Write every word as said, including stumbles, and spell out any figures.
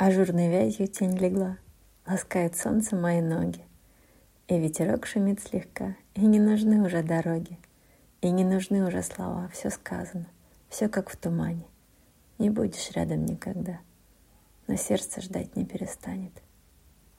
Ажурной вязью тень легла, ласкает солнце мои ноги. И ветерок шумит слегка, и не нужны уже дороги, и не нужны уже слова, все сказано, все как в тумане. Не будешь рядом никогда, но сердце ждать не перестанет.